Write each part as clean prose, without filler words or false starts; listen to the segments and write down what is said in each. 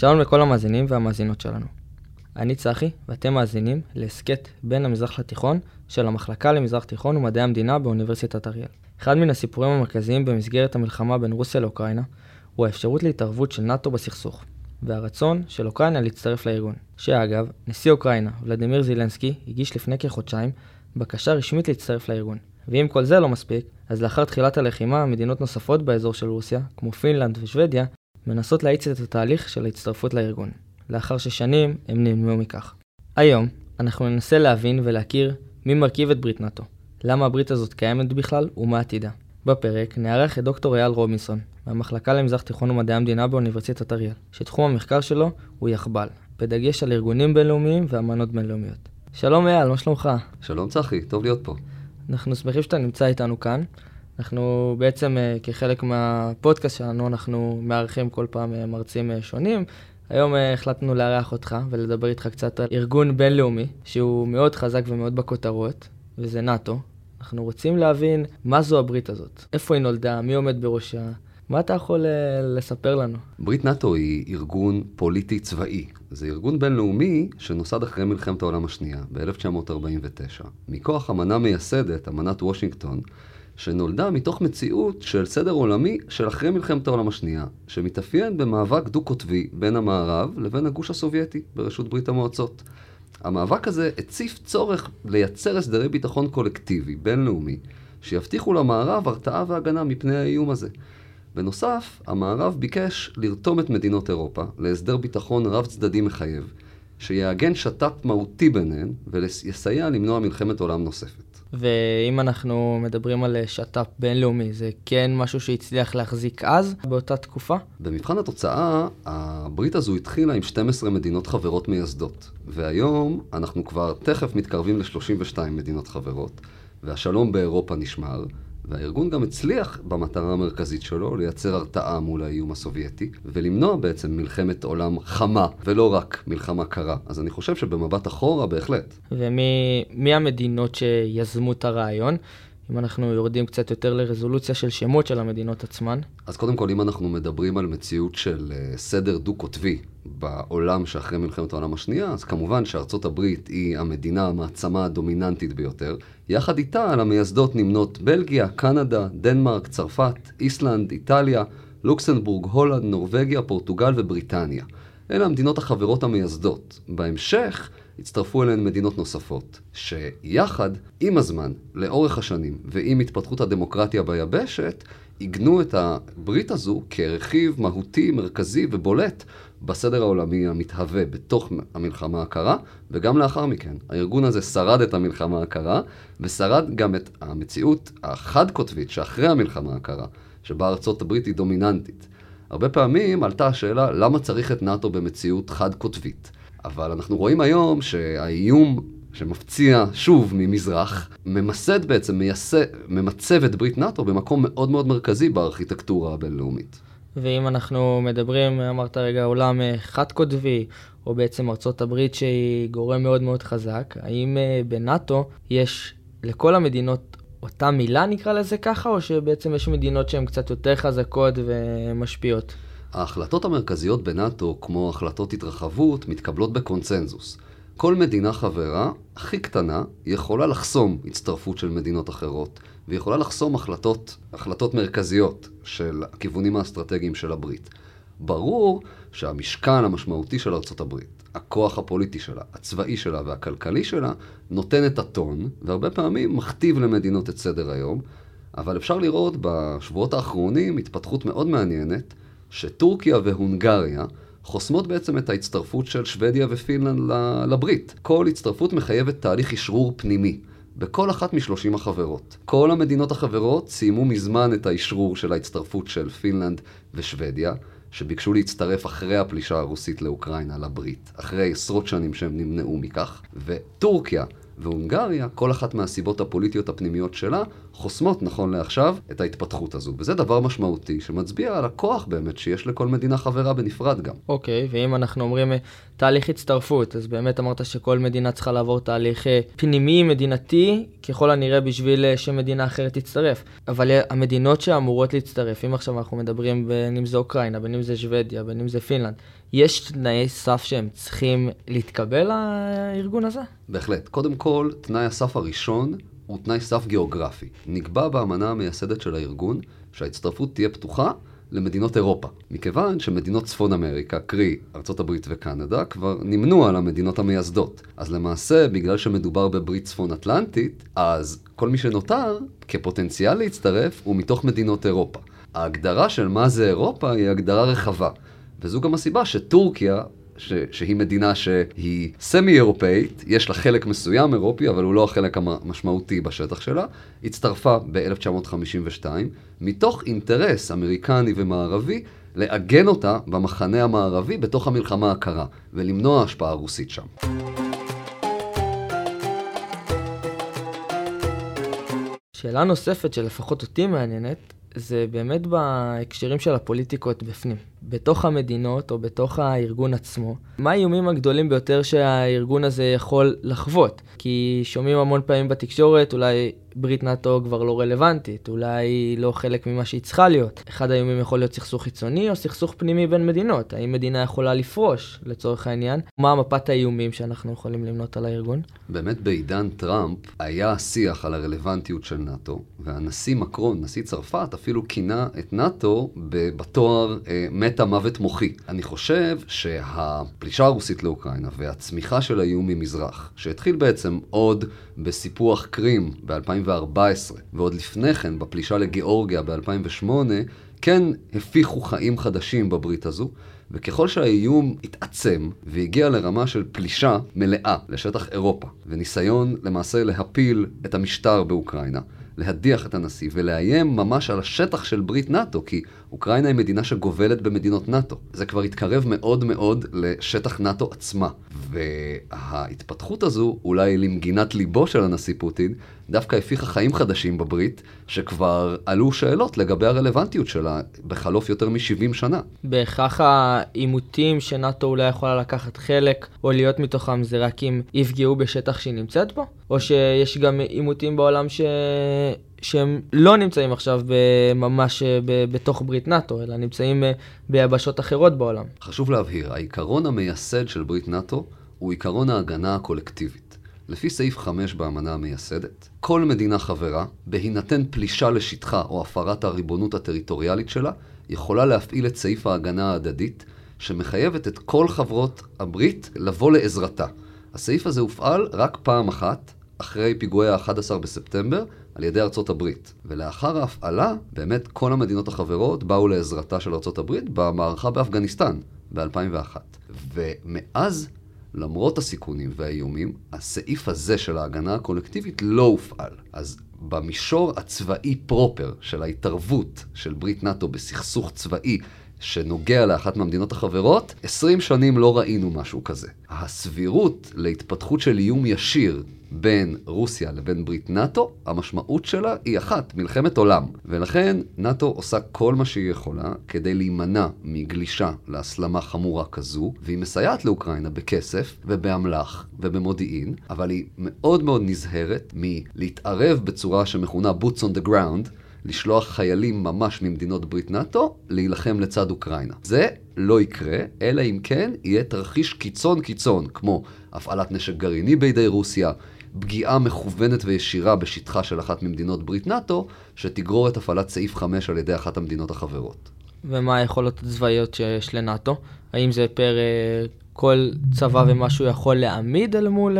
שלום לכל המאזינים והמאזינות שלנו. אני צחי, ואתם מאזינים להסכת בין המזרח לתיכון של המחלקה למזרח תיכון ומדעי המדינה באוניברסיטת אריאל. אחד מן הסיפורים המרכזיים במסגרת המלחמה בין רוסיה לאוקראינה הוא האפשרות להתערבות של נאט"ו בסכסוך, והרצון של אוקראינה להצטרף לארגון. שאגב, נשיא אוקראינה, ולדימיר זילנסקי, הגיש לפני כחודשיים בקשה רשמית להצטרף לארגון. ואם כל זה לא מספיק, אז לאחר תחילת הלחימה, מדינות נוספות באזור של רוסיה, כמו פינלנד ושוודיה, מנסות להאיץ את התהליך של ההצטרפות לארגון, לאחר ששנים הם נמנעו מכך. היום אנחנו ננסה להבין ולהכיר מי מרכיב את ברית נאט"ו, למה הברית הזאת קיימת בכלל ומה עתידה. בפרק נערך את דוקטור אייל רובינסון, מהמחלקה למזרח תיכון ומדעי המדינה באוניברסיטת אריאל, שתחום המחקר שלו הוא יחב"ל, בדגש על ארגונים בינלאומיים ואמנות בינלאומיות. שלום אייל, מה שלומך? שלום צחי, טוב להיות פה. אנחנו שמחים שאתה נמצא איתנו כאן. אנחנו בעצם כחלק מהפודקאסט שלנו, אנחנו מארחים כל פעם מרצים שונים. היום החלטנו לארח אותך ולדבר איתך קצת על ארגון בינלאומי, שהוא מאוד חזק ומאוד בכותרות, וזה נאט"ו. אנחנו רוצים להבין מה זו הברית הזאת, איפה היא נולדה, מי עומד בראשה, מה אתה יכול לספר לנו? ברית נאט"ו היא ארגון פוליטי צבאי. זה ארגון בינלאומי שנוסד אחרי מלחמת העולם השנייה, ב-1949. מכוח אמנה מייסדת, אמנת וושינגטון, שנולדה מתוך מציאות של סדר עולמי של אחרי מלחמת העולם השנייה, שמתאפיין במאבק דו-קוטבי בין המערב לבין הגוש הסובייטי ברשות ברית המועצות. המאבק הזה הציף צורך לייצר הסדרי ביטחון קולקטיבי, בינלאומי, שיבטיחו למערב הרתעה והגנה מפני האיום הזה. בנוסף, המערב ביקש לרתום את מדינות אירופה להסדר ביטחון רב צדדי מחייב, שיעגן שת"פ מהותי ביניהן ויסייע למנוע מלחמת עולם נוספת. ואם אנחנו מדברים על שת"פ בינלאומי, זה כן משהו שהצליח להחזיק אז, באותה תקופה? במבחן התוצאה, הברית הזו התחילה עם 12 מדינות חברות מייסדות, והיום אנחנו כבר תכף מתקרבים ל-32 מדינות חברות, והשלום באירופה נשמר, והארגון גם הצליח במטרה המרכזית שלו לייצר הרתעה מול האיום הסובייטי, ולמנוע בעצם מלחמת עולם חמה, ולא רק מלחמה קרה. אז אני חושב שבמבט אחורה בהחלט. ומי המדינות שיזמו את הרעיון? אם אנחנו יורדים קצת יותר לרזולוציה של שמות של המדינות עצמן. אז קודם כל, אם אנחנו מדברים על מציאות של סדר דו-קוטבי בעולם שאחרי מלחמת העולם השנייה, אז כמובן שארצות הברית היא המדינה המעצמה הדומיננטית ביותר. יחד איתה על המייסדות נמנות בלגיה, קנדה, דנמרק, צרפת, איסלנד, איטליה, לוקסנבורג, הולנד, נורווגיה, פורטוגל ובריטניה. אלה המדינות החברות המייסדות. בהמשך הצטרפו אליהן מדינות נוספות, שיחד, עם הזמן, לאורך השנים, ועם התפתחות הדמוקרטיה ביבשת, עיגנו את הברית הזו כרכיב מהותי, מרכזי ובולט בסדר העולמי המתהווה בתוך המלחמה הקרה, וגם לאחר מכן. הארגון הזה שרד את המלחמה הקרה, ושרד גם את המציאות החד-קוטבית שאחרי המלחמה הקרה, שבה ארצות הברית היא דומיננטית. הרבה פעמים עלתה השאלה, למה צריך את נאט"ו במציאות חד-קוטבית? אבל אנחנו רואים היום שהאיום שמפציע שוב ממזרח, ממסד בעצם, ממצב את ברית נאט"ו במקום מאוד מאוד מרכזי בארכיטקטורה הבינלאומית. ואם אנחנו מדברים, אמרת רגע, עולם חד-קוטבי, או בעצם ארצות הברית שהיא גורם מאוד מאוד חזק, האם בנאט"ו יש לכל המדינות אותה מילה נקרא לזה ככה, או שבעצם יש מדינות שהן קצת יותר חזקות ומשפיעות? ההחלטות המרכזיות בנאט"ו, כמו החלטות התרחבות, מתקבלות בקונצנזוס. כל מדינה חברה, הכי קטנה, יכולה לחסום הצטרפות של מדינות אחרות, ויכולה לחסום החלטות מרכזיות של הכיוונים האסטרטגיים של הברית. ברור שהמשקל המשמעותי של ארצות הברית, הכוח הפוליטי שלה, הצבאי שלה והכלכלי שלה, נותן את הטון, והרבה פעמים מכתיב למדינות את סדר היום, אבל אפשר לראות בשבועות האחרונים התפתחות מאוד מעניינת, שטורקיה והונגריה חוסמות בעצם את ההצטרפות של שוודיה ופינלנד לברית. כל הצטרפות מחייבת תהליך אשרור פנימי, בכל אחת מ30 החברות. כל המדינות החברות סיימו מזמן את האשרור של ההצטרפות של פינלנד ושוודיה, שביקשו להצטרף אחרי הפלישה הרוסית לאוקראינה לברית, אחרי עשרות שנים שהם נמנעו מכך, וטורקיה והונגריה, כל אחת מהסיבות הפוליטיות הפנימיות שלה, חוסמות נכון לעכשיו את ההתפתחות הזו. וזה דבר משמעותי שמצביע על הכוח באמת שיש לכל מדינה חברה בנפרד גם. אוקיי, ואם אנחנו אומרים תהליך הצטרפות, אז באמת אמרת שכל מדינה צריכה לעבור תהליך פנימי, מדינתי, ככל הנראה בשביל שמדינה אחרת תצטרף. אבל המדינות שאמורות להצטרף, אם עכשיו אנחנו מדברים בין אם זה אוקראינה, בין אם זה שוודיה, בין אם זה פינלנד, יש תנאי סף שהם צריכים להתקבל לארגון הזה? בהחלט. קודם כל, תנאי הסף הראשון הוא תנאי סף גיאוגרפי. נקבע באמנה המייסדת של הארגון שההצטרפות תהיה פתוחה למדינות אירופה. מכיוון שמדינות צפון אמריקה, קרי ארצות הברית וקנדה, כבר נמנו על המדינות המייסדות. אז למעשה, בגלל שמדובר בברית צפון אטלנטית, אז כל מי שנותר כפוטנציאל להצטרף הוא מתוך מדינות אירופה. ההגדרה של מה זה אירופה היא הגדרה רחבה. וזו גם הסיבה שטורקיה, שהיא מדינה שהיא סמי-אירופאית, יש לה חלק מסוים אירופי, אבל הוא לא החלק המשמעותי בשטח שלה, הצטרפה ב-1952, מתוך אינטרס אמריקני ומערבי, לעגן אותה במחנה המערבי בתוך המלחמה הקרה, ולמנוע השפעה רוסית שם. שאלה נוספת שלפחות אותי מעניינת, זה באמת בהקשרים של הפוליטיקות בפנים. בתוך המדינות או בתוך הארגון עצמו, מה האיומים הגדולים ביותר שהארגון הזה יכול לחוות? כי שומעים המון פעמים בתקשורת, אולי ברית נאטו כבר לא רלוונטית, אולי היא לא חלק ממה שהיא צריכה להיות. אחד האיומים יכול להיות סכסוך חיצוני או סכסוך פנימי בין מדינות. האם מדינה יכולה לפרוש לצורך העניין? מה מפת האיומים שאנחנו יכולים למנות על הארגון? באמת בעידן טראמפ היה שיח על הרלוונטיות של נאטו, והנשיא מקרון, נשיא צרפת, אפילו כינה את נאטו בתואר מתה מוות מוחי. אני חושב שהפלישה הרוסית לאוקראינה והצמיחה של האיום ממזרח, שהתחיל בעצם עוד בסיפוח קרים ב-2014, ועוד לפני כן בפלישה לגיאורגיה ב-2008, כן הפיחו חיים חדשים בברית הזו, וככל שהאיום התעצם והגיע לרמה של פלישה מלאה לשטח אירופה, וניסיון למעשה להפיל את המשטר באוקראינה, להדיח את הנשיא ולאיים ממש על השטח של ברית נאטו, כי אוקראינה היא מדינה שגובלת במדינות נאטו. זה כבר התקרב מאוד מאוד לשטח נאטו עצמה. וההתפתחות הזו, אולי למגינת ליבו של הנשיא פוטין, דווקא הפיחה חיים חדשים בברית, שכבר עלו שאלות לגבי הרלוונטיות שלה בחלוף יותר מ-70 שנה. בהכרח העימותים שנאטו אולי יכולה לקחת חלק, או להיות מתוכם זה רק אם יפגעו בשטח שהיא נמצאת בו? או שיש גם עימותים בעולם שהם לא נמצאים עכשיו ממש בתוך ברית נאטו, אלא נמצאים ביבשות אחרות בעולם. חשוב להבהיר, העיקרון המייסד של ברית נאטו הוא עיקרון ההגנה הקולקטיבית. לפי סעיף 5 באמנה המייסדת, כל מדינה חברה, בהינתן פלישה לשטחה או הפרת הריבונות הטריטוריאלית שלה, יכולה להפעיל את סעיף ההגנה ההדדית, שמחייבת את כל חברות הברית לבוא לעזרתה. הסעיף הזה הופעל רק פעם אחת, אחרי פיגועי ה-11 בספטמבר, על ידי ארצות הברית. ולאחר ההפעלה, באמת כל המדינות החברות באו לעזרתה של ארצות הברית במערכה באפגניסטן, ב-2001. ומאז, למרות הסיכונים והאיומים, הסעיף הזה של ההגנה הקולקטיבית לא הופעל. אז במישור הצבאי פרופר של ההתערבות של ברית נאטו בסכסוך צבאי, שנוגע לאחת מהמדינות החברות, 20 שנים לא ראינו משהו כזה. הסבירות להתפתחות של איום ישיר בין רוסיה לבין ברית נאטו, המשמעות שלה היא אחת, מלחמת עולם. ולכן נאטו עושה כל מה שהיא יכולה כדי להימנע מגלישה להסלמה חמורה כזו, והיא מסייעת לאוקראינה בכסף ובאמל"ח ובמודיעין, אבל היא מאוד מאוד נזהרת מלהתערב בצורה שמכונה boots on the ground, לשלוח חיילים ממש ממדינות ברית נאטו להילחם לצד אוקראינה. זה לא יקרה, אלא אם כן יהיה תרחיש קיצון, כמו הפעלת נשק גרעיני בידי רוסיה, פגיעה מכוונת וישירה בשטחה של אחת ממדינות ברית נאטו, שתגרור את הפעלת סעיף 5 על ידי אחת המדינות החברות. ומה היכולות הצבאיות שיש לנאטו? האם זה פר כל צבא ומשהו יכול להעמיד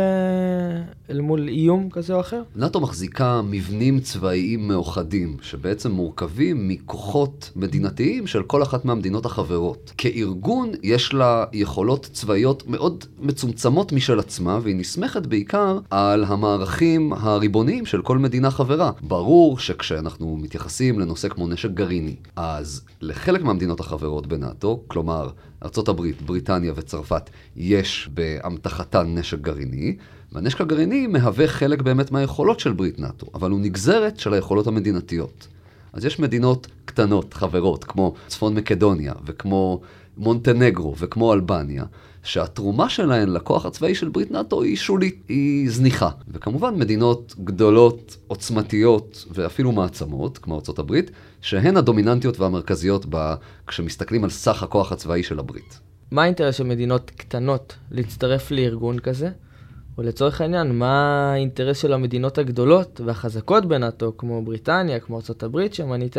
אל מול איום כזה או אחר? נאטו מחזיקה מבנים צבאיים מאוחדים, שבעצם מורכבים מכוחות מדינתיים של כל אחת מהמדינות החברות. כארגון יש לה יכולות צבאיות מאוד מצומצמות משל עצמה, והיא נסמכת בעיקר על המערכים הריבוניים של כל מדינה חברה. ברור שכשאנחנו מתייחסים לנושא כמו נשק גרעיני, אז לחלק מהמדינות החברות בנאטו, כלומר ארצות הברית, בריטניה וצרפת, יש באמתחתן נשק גרעיני, והנשק הגרעיני מהווה חלק באמת מהיכולות של ברית נאטו, אבל הוא נגזרת של היכולות המדינתיות. אז יש מדינות קטנות, חברות, כמו צפון מקדוניה, וכמו מונטנגרו, וכמו אלבניה, שהתרומה שלהן לכוח הצבאי של ברית נאטו היא שולית, היא זניחה. וכמובן מדינות גדולות, עוצמתיות ואפילו מעצמות, כמו ארצות הברית, שהן הדומיננטיות והמרכזיות כשמסתכלים על סך הכוח הצבאי של הברית. מה האינטרס של מדינות קטנות להצטרף לארגון כזה? ולצורך העניין, מה האינטרס של המדינות הגדולות והחזקות בנאטו, כמו בריטניה, כמו ארצות הברית שמנית,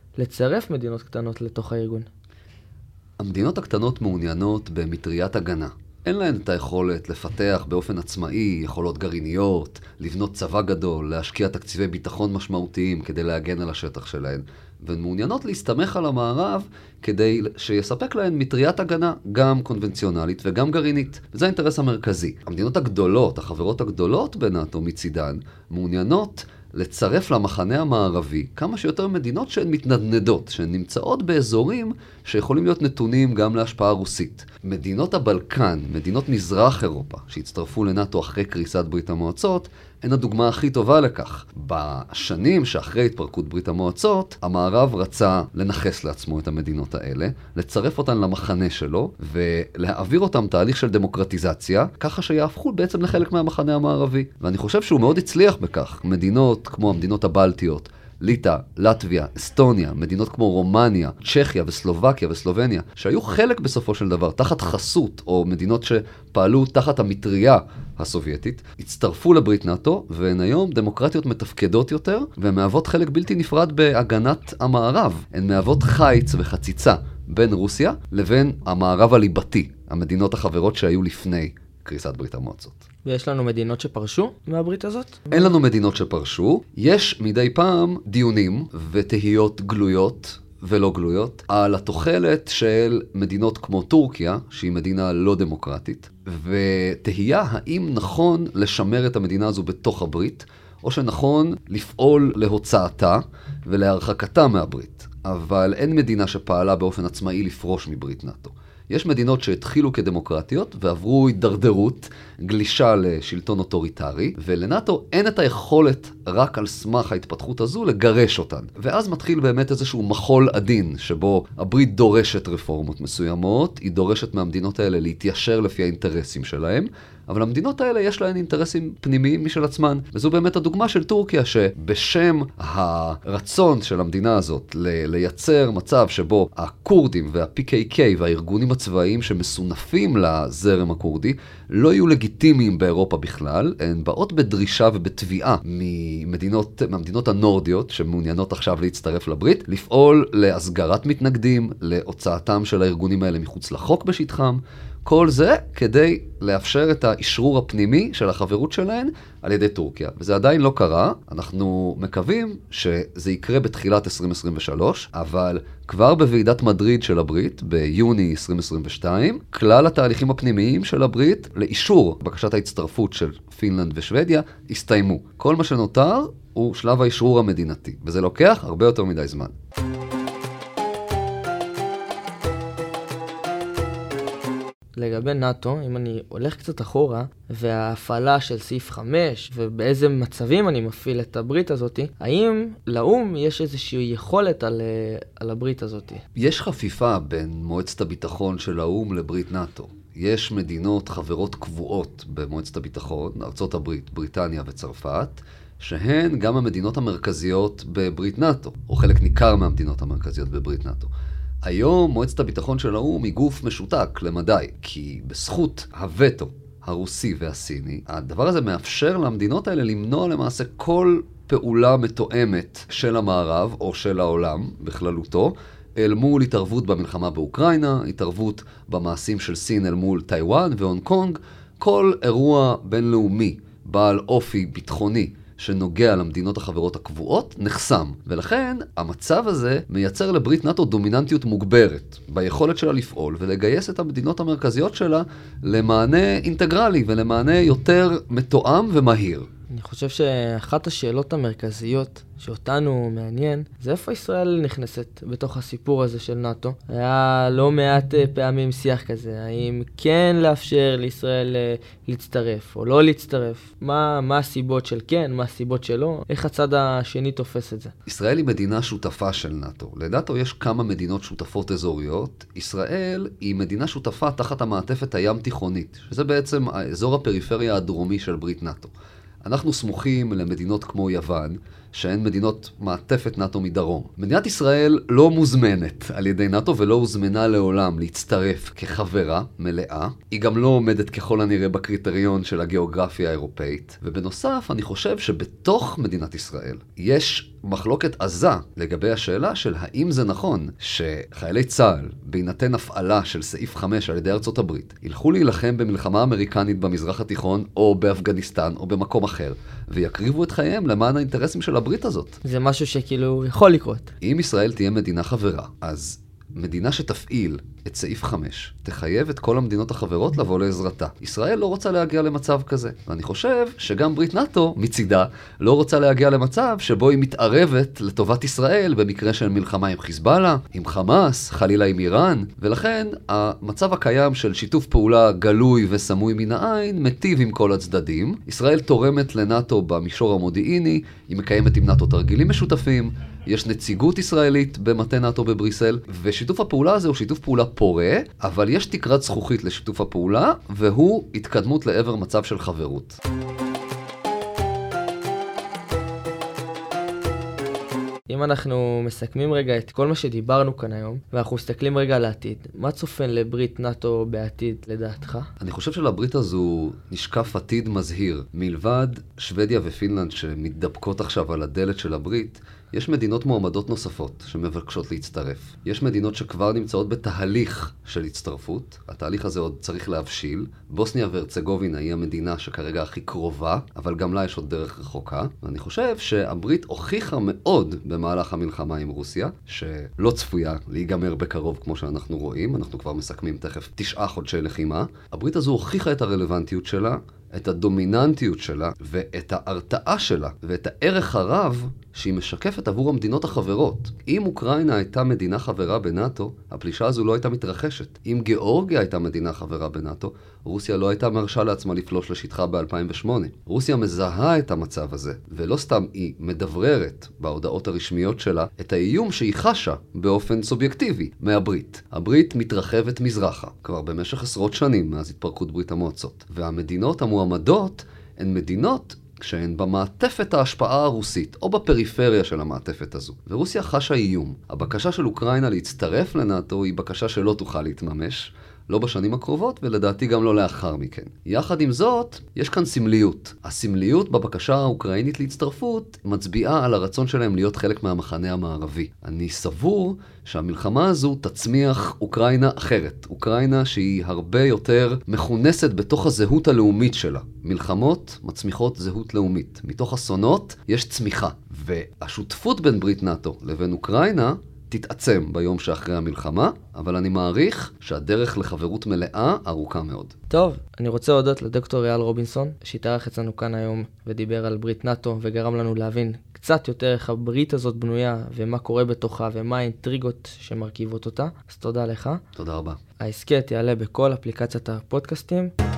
לצרף מדינות קטנות לתוך הארגון? המדינות הקטנות מעוניינות במטריית הגנה. אין להן את היכולת לפתח באופן עצמאי יכולות גרעיניות, לבנות צבא גדול, להשקיע תקציבי ביטחון משמעותיים כדי להגן על השטח שלהן. והן מעוניינות להסתמך על המערב כדי שיספק להן מטריית הגנה, גם קונבנציונלית וגם גרעינית. וזה האינטרס המרכזי. המדינות הגדולות, החברות הגדולות בנאטו מצידן, מעוניינות לצרף למחנה המערבי כמה שיותר מדינות שהן מתנדנדות, שהן נמצאות באזורים שיכולים להיות נתונים גם להשפעה רוסית. מדינות הבלקן, מדינות מזרח אירופה, שהצטרפו לנאטו אחרי קריסת ברית המועצות, הן הדוגמה הכי טובה לכך. בשנים שאחרי התפרקות ברית המועצות, המערב רצה לנחס לעצמו את המדינות האלה, לצרף אותן למחנה שלו, ולהעביר אותם תהליך של דמוקרטיזציה, ככה שיהפכו בעצם לחלק מהמחנה המערבי. ואני חושב שהוא מאוד הצליח בכך. מדינות כמו המדינות הבלטיות, ליטא, לטביה, אסטוניה, מדינות כמו רומניה, צ'כיה וסלובקיה וסלובניה, שהיו חלק בסופו של דבר תחת חסות, או מדינות שפעלו תחת המטריה הסובייטית, הצטרפו לברית נאטו, והן היום דמוקרטיות מתפקדות יותר, והן מהוות חלק בלתי נפרד בהגנת המערב. הן מהוות חיץ וחציצה בין רוסיה לבין המערב הליבתי, המדינות החברות שהיו לפני קריסת ברית המועצות. ויש לנו מדינות שפרשו מהברית הזאת? אין לנו מדינות שפרשו. יש מדי פעם דיונים ותהיות גלויות ולא גלויות על התוחלת של מדינות כמו טורקיה, שהיא מדינה לא דמוקרטית, ותהייה האם נכון לשמר את המדינה הזו בתוך הברית, או שנכון לפעול להוצאתה ולהרחקתה מהברית. אבל אין מדינה שפעלה באופן עצמאי לפרוש מברית נאטו. יש מדינות שהתחילו כדמוקרטיות ועברו הידרדרות, גלישה לשלטון אוטוריטרי, ולנאטו אין את היכולת רק על סמך ההתפתחות הזו לגרש אותן. ואז מתחיל באמת איזשהו מחול עדין, שבו הברית דורשת רפורמות מסוימות, היא דורשת מהמדינות האלה להתיישר לפי האינטרסים שלהם, אבל המדינות האלה יש להן אינטרסים פנימיים משל עצמן. וזו באמת הדוגמה של טורקיה, שבשם הרצון של המדינה הזאת לייצר מצב שבו הקורדים וה-PKK והארגונים הצבאיים שמסונפים לזרם הקורדי לא יהיו לגיטימיים באירופה בכלל, הן באות בדרישה ובתביעה מהמדינות הנורדיות שמעוניינות עכשיו להצטרף לברית, לפעול להסגרת מתנגדים, להוצאתם של הארגונים האלה מחוץ לחוק בשטחם, כל זה כדי לאפשר את האשרור הפנימי של החברות שלהן על ידי טורקיה. וזה עדיין לא קרה, אנחנו מקווים שזה יקרה בתחילת 2023, אבל כבר בוועידת מדריד של הברית, ביוני 2022, כלל התהליכים הפנימיים של הברית לאישור בקשת ההצטרפות של פינלנד ושוודיה הסתיימו. כל מה שנותר הוא שלב האישרור המדינתי, וזה לוקח הרבה יותר מדי זמן. לגבי נאטו, אם אני הולך קצת אחורה, וההפעלה של סעיף 5, ובאיזה מצבים אני מפעיל את הברית הזאת, האם לאום יש איזושהי יכולת על הברית הזאת? יש חפיפה בין מועצת הביטחון של האום לברית נאטו. יש מדינות חברות קבועות במועצת הביטחון, ארצות הברית, בריטניה וצרפת, שהן גם המדינות המרכזיות בברית נאטו, או חלק ניכר מהמדינות המרכזיות בברית נאטו. היום מועצת הביטחון של האום היא גוף משותק למדי, כי בזכות הווטו הרוסי והסיני, הדבר הזה מאפשר למדינות האלה למנוע למעשה כל פעולה מתואמת של המערב או של העולם בכללותו, אל מול התערבות במלחמה באוקראינה, התערבות במעשים של סין אל מול טיואן והונג קונג, כל אירוע בינלאומי בעל אופי ביטחוני שנוגע למדינות החברות הקבועות, נחסם. ולכן, המצב הזה מייצר לברית נאטו דומיננטיות מוגברת, ביכולת שלה לפעול ולגייס את המדינות המרכזיות שלה למענה אינטגרלי ולמענה יותר מתואם ומהיר. אני חושב שאחת השאלות המרכזיות שאותנו מעניין, זה איפה ישראל נכנסת בתוך הסיפור הזה של נאטו. היה לא מעט פעמים שיח כזה, האם כן לאפשר לישראל להצטרף או לא להצטרף, מה הסיבות של כן, מה הסיבות שלא, איך הצד השני תופס את זה. ישראל היא מדינה שותפה של נאטו. לנאטו יש כמה מדינות שותפות אזוריות. ישראל היא מדינה שותפה תחת המעטפת הים תיכונית, שזה בעצם האזור הפריפריה הדרומי של ברית נאטו. אנחנו סמוכים למדינות כמו יוון, שהן מדינות מעטפת נאטו מדרום. מדינת ישראל לא מוזמנת על ידי נאטו ולא הוזמנה לעולם להצטרף כחברה מלאה. היא גם לא עומדת ככל הנראה בקריטריון של הגיאוגרפיה האירופאית. ובנוסף, אני חושב שבתוך מדינת ישראל יש מחלוקת עזה לגבי השאלה של האם זה נכון שחיילי צה"ל, בהינתן הפעלה של סעיף 5 על ידי ארצות הברית, ילכו להילחם במלחמה אמריקנית במזרח התיכון או באפגניסטן או במקום אחר, ויקריבו את חייהם למען האינטרסים של הברית הזאת. זה משהו שכאילו יכול לקרות. אם ישראל תהיה מדינה חברה, אז מדינה שתפעיל את סעיף 5 תחייב את כל המדינות החברות לבוא לעזרתה. ישראל לא רוצה להגיע למצב כזה. ואני חושב שגם ברית נאטו מצידה לא רוצה להגיע למצב שבו היא מתערבת לטובת ישראל במקרה של מלחמה עם חיזבאללה, עם חמאס, חלילה עם איראן, ולכן המצב הקיים של שיתוף פעולה גלוי וסמוי מן העין מטיב עם כל הצדדים. ישראל תורמת לנאטו במישור המודיעיני, היא מקיימת עם נאטו תרגילים משותפים, יש נציגות ישראלית במטה נאטו בבריסל, ושיתוף הפעולה הזה הוא שיתוף פעולה פורה, אבל יש תקרת זכוכית לשיתוף הפעולה, והוא התקדמות לעבר מצב של חברות. אם אנחנו מסכמים רגע את כל מה שדיברנו כאן היום, ואנחנו מסתכלים רגע על העתיד, מה צופן לברית נאטו בעתיד לדעתך? אני חושב שלברית הזו נשקף עתיד מזהיר. מלבד שוודיה ופינלנד שמתדפקות עכשיו על הדלת של הברית, יש מדינות מועמדות נוספות שמבקשות להצטרף. יש מדינות שכבר נמצאות בתהליך של הצטרפות. התהליך הזה עוד צריך להבשיל. בוסניה והרצגובינה היא המדינה שכרגע הכי קרובה, אבל גם לה יש עוד דרך רחוקה. ואני חושב שהברית הוכיחה מאוד במהלך המלחמה עם רוסיה, שלא צפויה להיגמר בקרוב כמו שאנחנו רואים. אנחנו כבר מסכמים תכף 9 חודשי לחימה. הברית הזו הוכיחה את הרלוונטיות שלה, את הדומיננטיות שלה, ואת ההרתעה שלה, ואת הערך הרב שהיא משקפת עבור המדינות החברות. אם אוקראינה הייתה מדינה חברה בנאטו, הפלישה הזו לא הייתה מתרחשת. אם גיאורגיה הייתה מדינה חברה בנאטו, רוסיה לא הייתה מרשה לעצמה לפלוש לשטחה ב-2008. רוסיה מזהה את המצב הזה, ולא סתם היא מדבררת בהודעות הרשמיות שלה את האיום שהיא חשה באופן סובייקטיבי מהברית. הברית מתרחבת מזרחה, כבר במשך עשרות שנים מאז התפרקות ברית המועצות. והמדינות המועמדות הן מדינות כשהן במעטפת ההשפעה הרוסית, או בפריפריה של המעטפת הזו. ורוסיה חשה איום. הבקשה של אוקראינה להצטרף לנאטו היא בקשה שלא תוכל להתממש, לא בשנים הקרובות, ולדעתי גם לא לאחר מכן. יחד עם זאת, יש כאן סמליות. הסמליות בבקשה האוקראינית להצטרפות מצביעה על הרצון שלהם להיות חלק מהמחנה המערבי. אני סבור שהמלחמה הזו תצמיח אוקראינה אחרת. אוקראינה שהיא הרבה יותר מכונסת בתוך הזהות הלאומית שלה. מלחמות מצמיחות זהות לאומית. מתוך אסונות יש צמיחה. והשותפות בין ברית נאטו לבין אוקראינה תתעצם ביום שאחרי המלחמה, אבל אני מעריך שהדרך לחברות מלאה ארוכה מאוד. טוב, אני רוצה להודות לדוקטור אייל רובינסון, שהתארח אצלנו כאן היום ודיבר על ברית נאטו, וגרם לנו להבין קצת יותר איך הברית הזאת בנויה, ומה קורה בתוכה, ומה האינטריגות שמרכיבות אותה. אז תודה לך. תודה רבה. ההסכת יעלה בכל אפליקציית הפודקאסטים.